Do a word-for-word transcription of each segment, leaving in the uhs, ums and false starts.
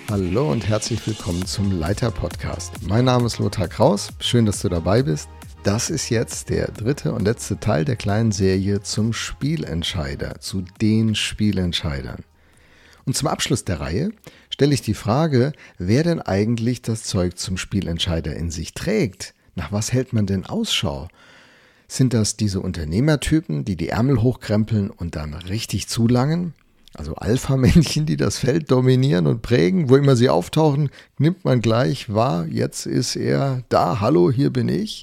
Hallo und herzlich willkommen zum Leiter-Podcast. Mein Name ist Lothar Kraus, schön, dass du dabei bist. Das ist jetzt der dritte und letzte Teil der kleinen Serie zum Spielentscheider, zu den Spielentscheidern. Und zum Abschluss der Reihe stelle ich die Frage, wer denn eigentlich das Zeug zum Spielentscheider in sich trägt. Nach was hält man denn Ausschau? Sind das diese Unternehmertypen, die die Ärmel hochkrempeln und dann richtig zulangen? Also Alpha-Männchen, die das Feld dominieren und prägen, wo immer sie auftauchen, nimmt man gleich wahr, jetzt ist er da, hallo, hier bin ich.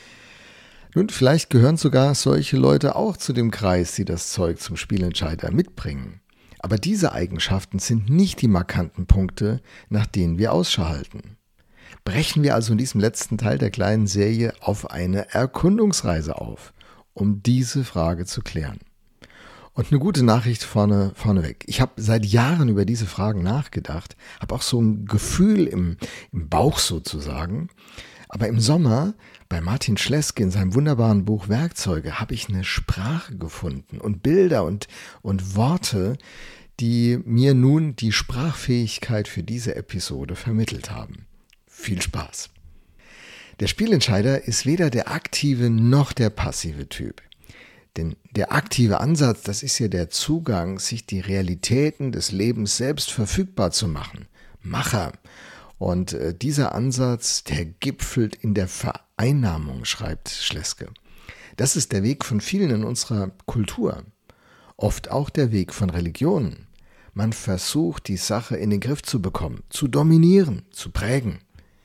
Nun, vielleicht gehören sogar solche Leute auch zu dem Kreis, die das Zeug zum Spielentscheider mitbringen. Aber diese Eigenschaften sind nicht die markanten Punkte, nach denen wir Ausschau halten. Brechen wir also in diesem letzten Teil der kleinen Serie auf eine Erkundungsreise auf, um diese Frage zu klären. Und eine gute Nachricht vorne, vorneweg. Ich habe seit Jahren über diese Fragen nachgedacht, habe auch so ein Gefühl im, im Bauch sozusagen. Aber im Sommer bei Martin Schleske in seinem wunderbaren Buch Werkzeuge habe ich eine Sprache gefunden und Bilder und, und Worte, die mir nun die Sprachfähigkeit für diese Episode vermittelt haben. Viel Spaß! Der Spielentscheider ist weder der aktive noch der passive Typ. Denn der aktive Ansatz, das ist ja der Zugang, sich die Realitäten des Lebens selbst verfügbar zu machen. Macher. Und äh, dieser Ansatz, der gipfelt in der Vereinnahmung, schreibt Schleske. Das ist der Weg von vielen in unserer Kultur. Oft auch der Weg von Religionen. Man versucht, die Sache in den Griff zu bekommen, zu dominieren, zu prägen.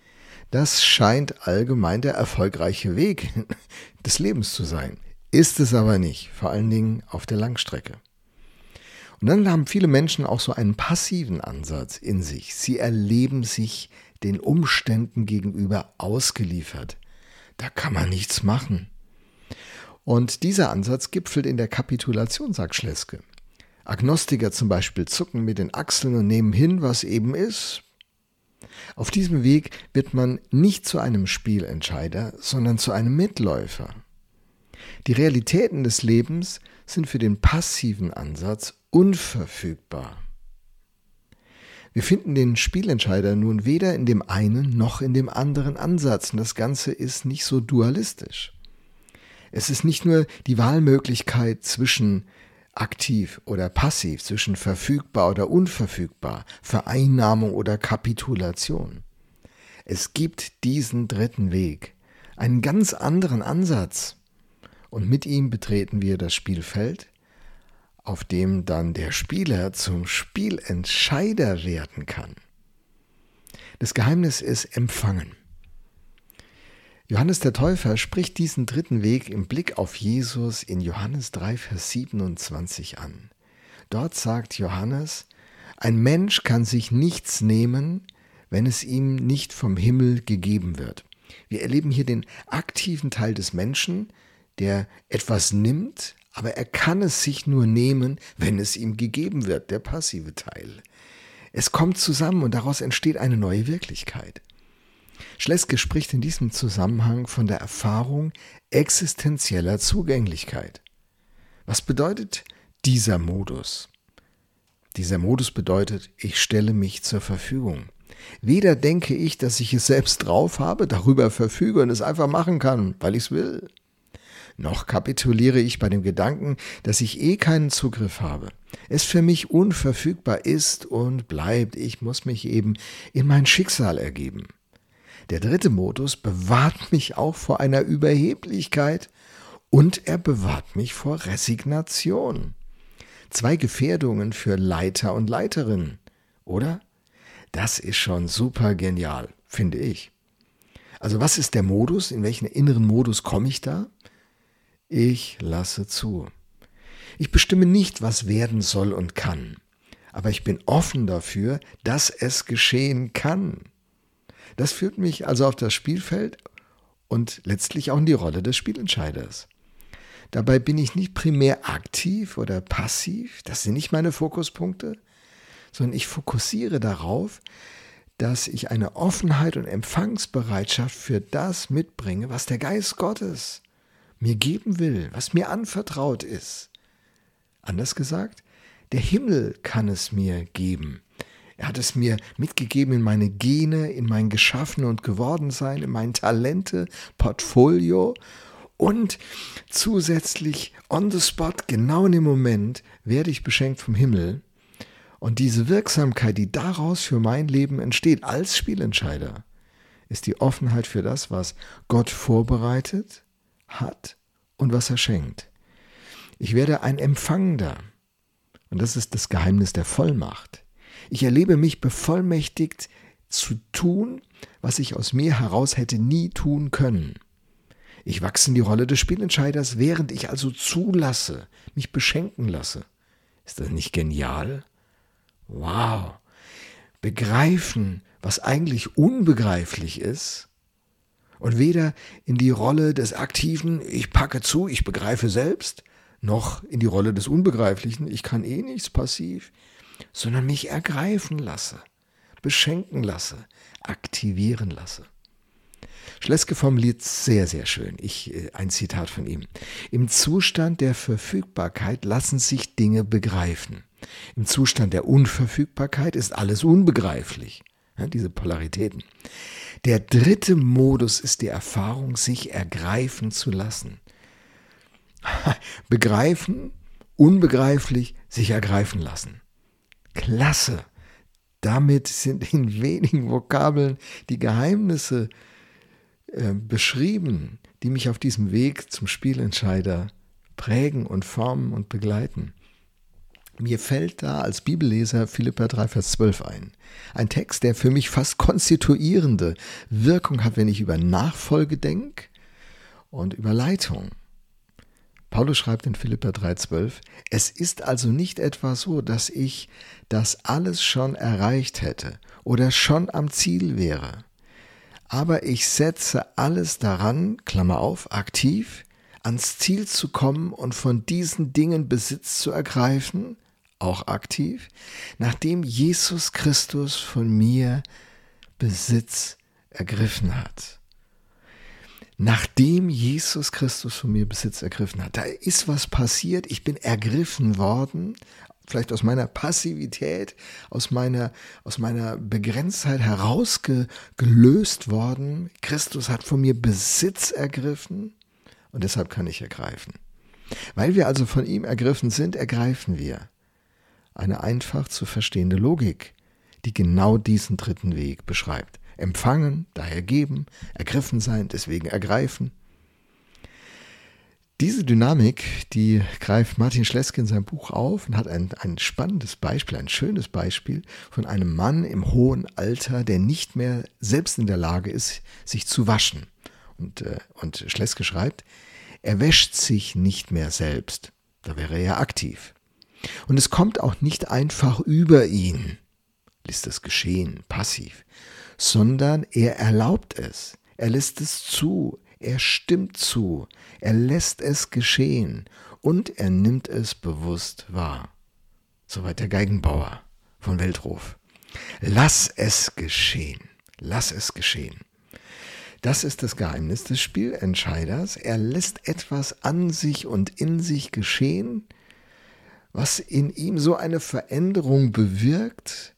Das scheint allgemein der erfolgreiche Weg des Lebens zu sein. Ist es aber nicht, vor allen Dingen auf der Langstrecke. Und dann haben viele Menschen auch so einen passiven Ansatz in sich. Sie erleben sich den Umständen gegenüber ausgeliefert. Da kann man nichts machen. Und dieser Ansatz gipfelt in der Kapitulation, sagt Schleske. Agnostiker zum Beispiel zucken mit den Achseln und nehmen hin, was eben ist. Auf diesem Weg wird man nicht zu einem Spielentscheider, sondern zu einem Mitläufer. Die Realitäten des Lebens sind für den passiven Ansatz unverfügbar. Wir finden den Spielentscheider nun weder in dem einen noch in dem anderen Ansatz. Und das Ganze ist nicht so dualistisch. Es ist nicht nur die Wahlmöglichkeit zwischen aktiv oder passiv, zwischen verfügbar oder unverfügbar, Vereinnahmung oder Kapitulation. Es gibt diesen dritten Weg, einen ganz anderen Ansatz. Und mit ihm betreten wir das Spielfeld, auf dem dann der Spieler zum Spielentscheider werden kann. Das Geheimnis ist Empfangen. Johannes der Täufer spricht diesen dritten Weg im Blick auf Jesus in Johannes drei, Vers siebenundzwanzig an. Dort sagt Johannes, ein Mensch kann sich nichts nehmen, wenn es ihm nicht vom Himmel gegeben wird. Wir erleben hier den aktiven Teil des Menschen, der etwas nimmt, aber er kann es sich nur nehmen, wenn es ihm gegeben wird, der passive Teil. Es kommt zusammen und daraus entsteht eine neue Wirklichkeit. Schleske spricht in diesem Zusammenhang von der Erfahrung existenzieller Zugänglichkeit. Was bedeutet dieser Modus? Dieser Modus bedeutet, ich stelle mich zur Verfügung. Weder denke ich, dass ich es selbst drauf habe, darüber verfüge und es einfach machen kann, weil ich es will. Noch kapituliere ich bei dem Gedanken, dass ich eh keinen Zugriff habe. Es für mich unverfügbar ist und bleibt. Ich muss mich eben in mein Schicksal ergeben. Der dritte Modus bewahrt mich auch vor einer Überheblichkeit und er bewahrt mich vor Resignation. Zwei Gefährdungen für Leiter und Leiterinnen, oder? Das ist schon super genial, finde ich. Also was ist der Modus? In welchen inneren Modus komme ich da? Ich lasse zu. Ich bestimme nicht, was werden soll und kann, aber ich bin offen dafür, dass es geschehen kann. Das führt mich also auf das Spielfeld und letztlich auch in die Rolle des Spielentscheiders. Dabei bin ich nicht primär aktiv oder passiv, das sind nicht meine Fokuspunkte, sondern ich fokussiere darauf, dass ich eine Offenheit und Empfangsbereitschaft für das mitbringe, was der Geist Gottes mir geben will, was mir anvertraut ist. Anders gesagt, der Himmel kann es mir geben. Er hat es mir mitgegeben in meine Gene, in mein Geschaffen und Gewordensein, in mein Talente, Portfolio und zusätzlich on the spot, genau in dem Moment, werde ich beschenkt vom Himmel. Und diese Wirksamkeit, die daraus für mein Leben entsteht, als Spielentscheider, ist die Offenheit für das, was Gott vorbereitet hat und was er schenkt. Ich werde ein Empfangender. Und das ist das Geheimnis der Vollmacht. Ich erlebe mich bevollmächtigt zu tun, was ich aus mir heraus hätte nie tun können. Ich wachse in die Rolle des Spielentscheiders, während ich also zulasse, mich beschenken lasse. Ist das nicht genial? Wow! Begreifen, was eigentlich unbegreiflich ist und weder in die Rolle des aktiven, ich packe zu, ich begreife selbst, noch in die Rolle des Unbegreiflichen, ich kann eh nichts passiv, sondern mich ergreifen lasse, beschenken lasse, aktivieren lasse. Schleske formuliert sehr, sehr schön. Ich, ein Zitat von ihm. Im Zustand der Verfügbarkeit lassen sich Dinge begreifen. Im Zustand der Unverfügbarkeit ist alles unbegreiflich. Ja, diese Polaritäten. Der dritte Modus ist die Erfahrung, sich ergreifen zu lassen. Begreifen, unbegreiflich, sich ergreifen lassen. Klasse. Damit sind in wenigen Vokabeln die Geheimnisse äh, beschrieben, die mich auf diesem Weg zum Spielentscheider prägen und formen und begleiten. Mir fällt da als Bibelleser Philipper drei, Vers zwölf ein. Ein Text, der für mich fast konstituierende Wirkung hat, wenn ich über Nachfolge denke und über Leitung. Paulus schreibt in Philipper drei, zwölf, es ist also nicht etwa so, dass ich das alles schon erreicht hätte oder schon am Ziel wäre. Aber ich setze alles daran, Klammer auf, aktiv, ans Ziel zu kommen und von diesen Dingen Besitz zu ergreifen, auch aktiv, nachdem Jesus Christus von mir Besitz ergriffen hat. Nachdem Jesus Christus von mir Besitz ergriffen hat, da ist was passiert, ich bin ergriffen worden, vielleicht aus meiner Passivität, aus meiner, aus meiner Begrenztheit herausgelöst worden. Christus hat von mir Besitz ergriffen und deshalb kann ich ergreifen. Weil wir also von ihm ergriffen sind, ergreifen wir. Eine einfach zu verstehende Logik, die genau diesen dritten Weg beschreibt. Empfangen, daher geben, ergriffen sein, deswegen ergreifen. Diese Dynamik, die greift Martin Schleske in seinem Buch auf und hat ein, ein spannendes Beispiel, ein schönes Beispiel von einem Mann im hohen Alter, der nicht mehr selbst in der Lage ist, sich zu waschen. Und, äh, und Schleske schreibt, er wäscht sich nicht mehr selbst, da wäre er ja aktiv. Und es kommt auch nicht einfach über ihn, lässt es geschehen, passiv, sondern er erlaubt es, er lässt es zu, er stimmt zu, er lässt es geschehen und er nimmt es bewusst wahr. Soweit der Geigenbauer von Weltruf. Lass es geschehen, lass es geschehen. Das ist das Geheimnis des Spielentscheiders. Er lässt etwas an sich und in sich geschehen, was in ihm so eine Veränderung bewirkt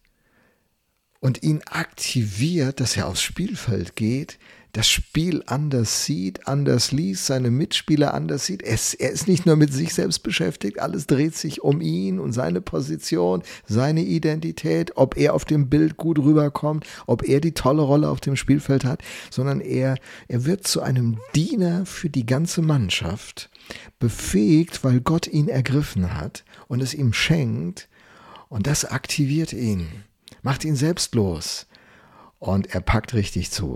und ihn aktiviert, dass er aufs Spielfeld geht, das Spiel anders sieht, anders liest, seine Mitspieler anders sieht. Es, er ist nicht nur mit sich selbst beschäftigt, alles dreht sich um ihn und seine Position, seine Identität, ob er auf dem Bild gut rüberkommt, ob er die tolle Rolle auf dem Spielfeld hat, sondern er, er wird zu einem Diener für die ganze Mannschaft, befähigt, weil Gott ihn ergriffen hat und es ihm schenkt und das aktiviert ihn, macht ihn selbstlos und er packt richtig zu.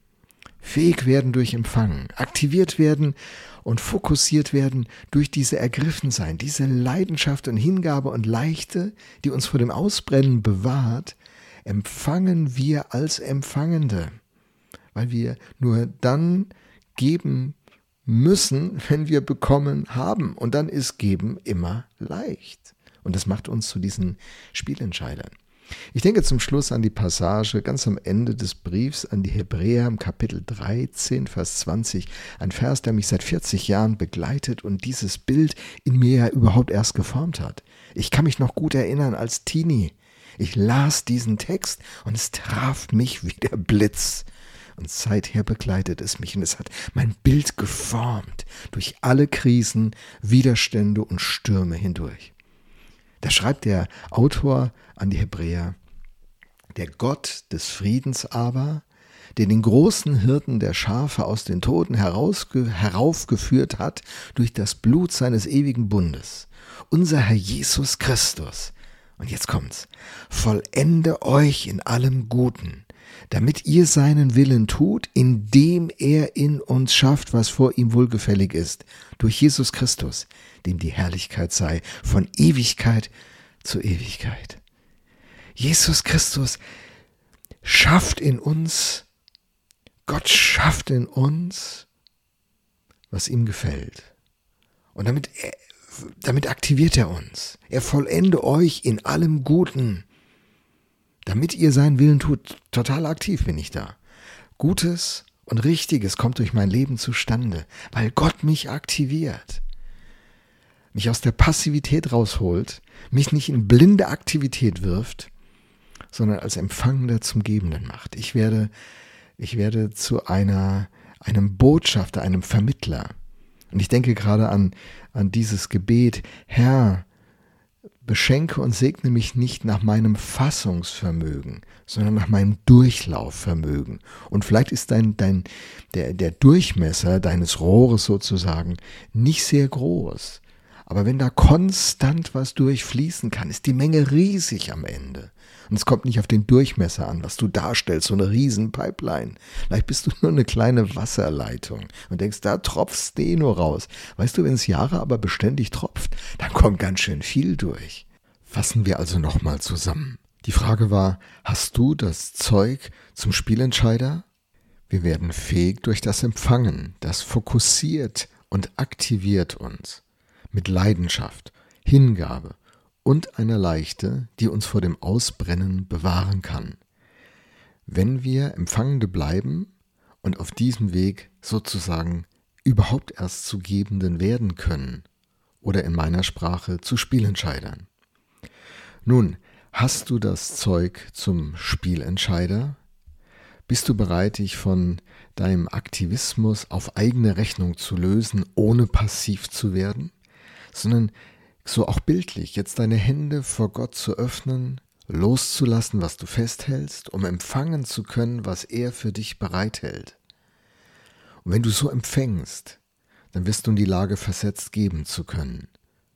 Fähig werden durch Empfangen, aktiviert werden und fokussiert werden durch diese Ergriffensein, diese Leidenschaft und Hingabe und Leichte, die uns vor dem Ausbrennen bewahrt, empfangen wir als Empfangende, weil wir nur dann geben müssen, wenn wir bekommen haben. Und dann ist Geben immer leicht. Und das macht uns zu diesen Spielentscheidern. Ich denke zum Schluss an die Passage ganz am Ende des Briefs an die Hebräer im Kapitel dreizehn, Vers zwanzig. Ein Vers, der mich seit vierzig Jahren begleitet und dieses Bild in mir ja überhaupt erst geformt hat. Ich kann mich noch gut erinnern als Teenie, Ich las diesen Text und es traf mich wie der Blitz. Und seither begleitet es mich und es hat mein Bild geformt durch alle Krisen, Widerstände und Stürme hindurch. Da schreibt der Autor an die Hebräer: Der Gott des Friedens aber, der den großen Hirten der Schafe aus den Toten herausge- heraufgeführt hat durch das Blut seines ewigen Bundes, unser Herr Jesus Christus, und jetzt kommt's, vollende euch in allem Guten, damit ihr seinen Willen tut, indem er in uns schafft, was vor ihm wohlgefällig ist, durch Jesus Christus, dem die Herrlichkeit sei, von Ewigkeit zu Ewigkeit. Jesus Christus schafft in uns, Gott schafft in uns, was ihm gefällt. Und damit, damit aktiviert er uns. Er vollende euch in allem Guten, damit ihr seinen Willen tut. Total aktiv bin ich da. Gutes und Richtiges kommt durch mein Leben zustande, weil Gott mich aktiviert, mich aus der Passivität rausholt, mich nicht in blinde Aktivität wirft, sondern als Empfangender zum Gebenden macht. Ich werde, ich werde zu einer, einem Botschafter, einem Vermittler. Und ich denke gerade an, an dieses Gebet: Herr, beschenke und segne mich nicht nach meinem Fassungsvermögen, sondern nach meinem Durchlaufvermögen. Und vielleicht ist dein, dein, der, der Durchmesser deines Rohres sozusagen nicht sehr groß. Aber wenn da konstant was durchfließen kann, ist die Menge riesig am Ende. Und es kommt nicht auf den Durchmesser an, was du darstellst, so eine riesen Pipeline. Vielleicht bist du nur eine kleine Wasserleitung und denkst, da tropft's eh nur raus. Weißt du, wenn es Jahre aber beständig tropft, dann kommt ganz schön viel durch. Fassen wir also nochmal zusammen. Die Frage war: Hast du das Zeug zum Spielentscheider? Wir werden fähig durch das Empfangen. Das fokussiert und aktiviert uns mit Leidenschaft, Hingabe und einer Leichte, die uns vor dem Ausbrennen bewahren kann. Wenn wir Empfangende bleiben und auf diesem Weg sozusagen überhaupt erst zu Gebenden werden können oder in meiner Sprache zu Spielentscheidern. Nun, hast du das Zeug zum Spielentscheider? Bist du bereit, dich von deinem Aktivismus auf eigene Rechnung zu lösen, ohne passiv zu werden, sondern so auch bildlich, jetzt deine Hände vor Gott zu öffnen, loszulassen, was du festhältst, um empfangen zu können, was er für dich bereithält. Und wenn du so empfängst, dann wirst du in die Lage versetzt, geben zu können.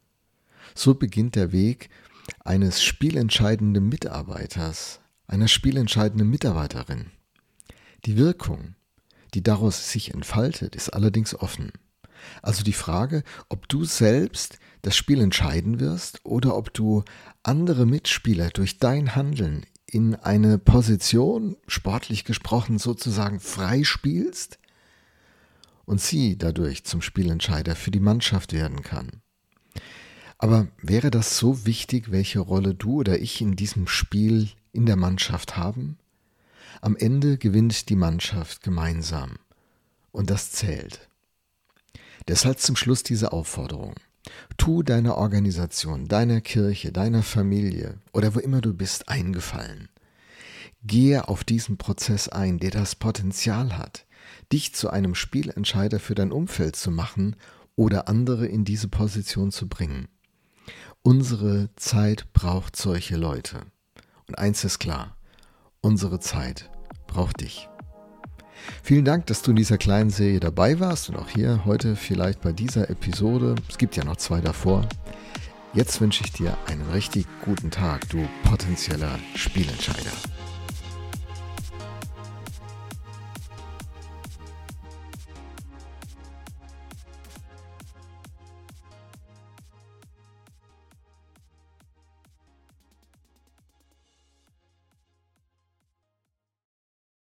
So beginnt der Weg eines spielentscheidenden Mitarbeiters, einer spielentscheidenden Mitarbeiterin. Die Wirkung, die daraus sich entfaltet, ist allerdings offen. Also die Frage, ob du selbst das Spiel entscheiden wirst oder ob du andere Mitspieler durch dein Handeln in eine Position, sportlich gesprochen sozusagen, freispielst und sie dadurch zum Spielentscheider für die Mannschaft werden kann. Aber wäre das so wichtig, welche Rolle du oder ich in diesem Spiel in der Mannschaft haben? Am Ende gewinnt die Mannschaft gemeinsam und das zählt. Deshalb zum Schluss diese Aufforderung: Tu deiner Organisation, deiner Kirche, deiner Familie oder wo immer du bist einen Gefallen. Gehe auf diesen Prozess ein, der das Potenzial hat, dich zu einem Spielentscheider für dein Umfeld zu machen oder andere in diese Position zu bringen. Unsere Zeit braucht solche Leute. Und eins ist klar: Unsere Zeit braucht dich. Vielen Dank, dass du in dieser kleinen Serie dabei warst und auch hier heute vielleicht bei dieser Episode. Es gibt ja noch zwei davor. Jetzt wünsche ich dir einen richtig guten Tag, du potenzieller Spielentscheider.